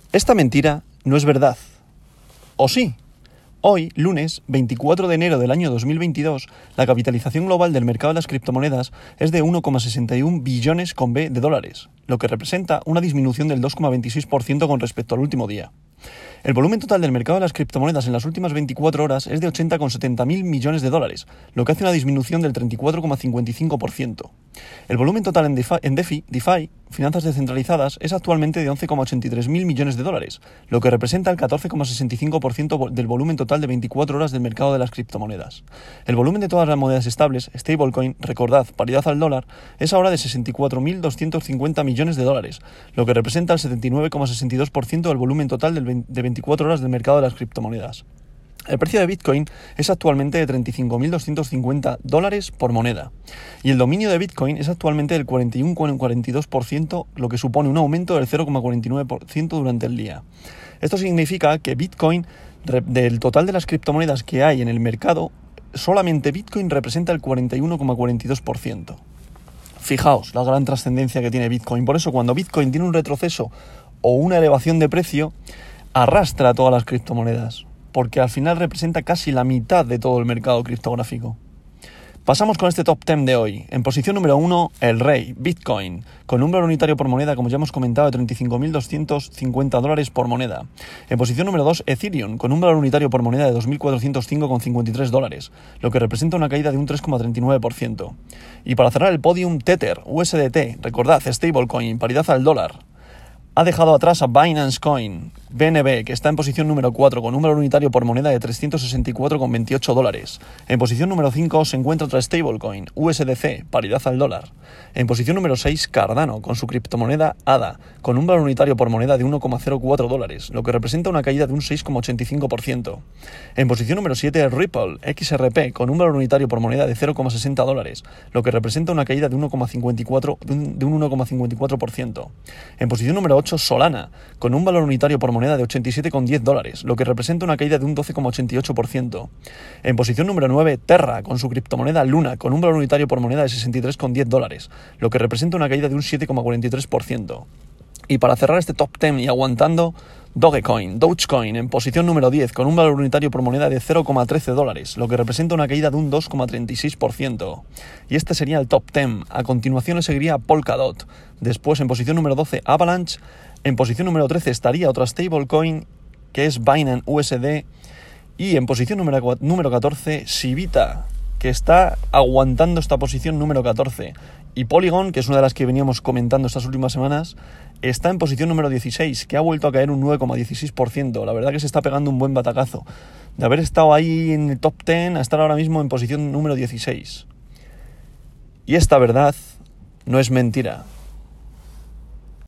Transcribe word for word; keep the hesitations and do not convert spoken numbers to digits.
Esta mentira no es verdad. ¿O sí? Hoy, lunes veinticuatro de enero del año dos mil veintidós, la capitalización global del mercado de las criptomonedas es de uno coma sesenta y uno billones con B de dólares, lo que representa una disminución del dos coma veintiséis por ciento con respecto al último día. El volumen total del mercado de las criptomonedas en las últimas veinticuatro horas es de ochenta coma setenta mil millones de dólares, lo que hace una disminución del treinta y cuatro coma cincuenta y cinco por ciento. El volumen total en DeFi, en DeFi, DeFi, finanzas descentralizadas, es actualmente de once coma ochenta y tres mil millones de dólares, lo que representa el catorce coma sesenta y cinco por ciento del volumen total de veinticuatro horas del mercado de las criptomonedas. El volumen de todas las monedas estables, stablecoin, recordad, paridad al dólar, es ahora de sesenta y cuatro mil doscientos cincuenta millones de dólares, lo que representa el setenta y nueve coma sesenta y dos por ciento del volumen total del de veinticuatro horas del mercado de las criptomonedas. El precio de Bitcoin es actualmente de treinta y cinco mil doscientos cincuenta dólares por moneda y el dominio de Bitcoin es actualmente del cuarenta y uno coma cuarenta y dos por ciento, lo que supone un aumento del cero coma cuarenta y nueve por ciento durante el día. Esto significa que Bitcoin, del total de las criptomonedas que hay en el mercado, solamente Bitcoin representa el cuarenta y uno coma cuarenta y dos por ciento. Fijaos la gran trascendencia que tiene Bitcoin. Por eso cuando Bitcoin tiene un retroceso o una elevación de precio, arrastra a todas las criptomonedas, porque al final representa casi la mitad de todo el mercado criptográfico. Pasamos con este top diez de hoy. En posición número uno, el rey, Bitcoin, con un valor unitario por moneda, como ya hemos comentado, de treinta y cinco mil doscientos cincuenta dólares por moneda. En posición número dos, Ethereum, con un valor unitario por moneda de dos mil cuatrocientos cinco coma cincuenta y tres dólares, lo que representa una caída de un tres coma treinta y nueve por ciento. Y para cerrar el podium, Tether, U S D T, recordad, stablecoin, paridad al dólar. Ha dejado atrás a Binance Coin, B N B, que está en posición número cuatro con un valor unitario por moneda de trescientos sesenta y cuatro coma veintiocho dólares. En posición número cinco se encuentra otra stablecoin, U S D C, paridad al dólar. En posición número seis, Cardano, con su criptomoneda A D A, con un valor unitario por moneda de uno coma cero cuatro dólares, lo que representa una caída de un seis coma ochenta y cinco por ciento. En posición número siete, Ripple, X R P, con un valor unitario por moneda de cero coma sesenta dólares, lo que representa una caída de uno coma cincuenta y cuatro por ciento. De un uno coma cincuenta y cuatro por ciento. En posición número ocho, Solana, con un valor unitario por moneda de ochenta y siete coma diez dólares, lo que representa una caída de un doce coma ochenta y ocho por ciento. En posición número nueve, Terra, con su criptomoneda Luna, con un valor unitario por moneda de sesenta y tres coma diez dólares, lo que representa una caída de un siete coma cuarenta y tres por ciento. Y para cerrar este top diez y aguantando, Dogecoin, Dogecoin, en posición número diez, con un valor unitario por moneda de cero coma trece dólares, lo que representa una caída de un dos coma treinta y seis por ciento. Y este sería el top diez. A continuación le seguiría Polkadot. Después, en posición número doce, Avalanche. En posición número trece estaría otra stablecoin, que es Binance U S D. Y en posición número, número catorce, Shibita, que está aguantando esta posición número catorce. Y Polygon, que es una de las que veníamos comentando estas últimas semanas, está en posición número dieciséis, que ha vuelto a caer un nueve coma dieciséis por ciento. La verdad que se está pegando un buen batacazo. De haber estado ahí en el top diez a estar ahora mismo en posición número dieciséis. Y esta verdad no es mentira.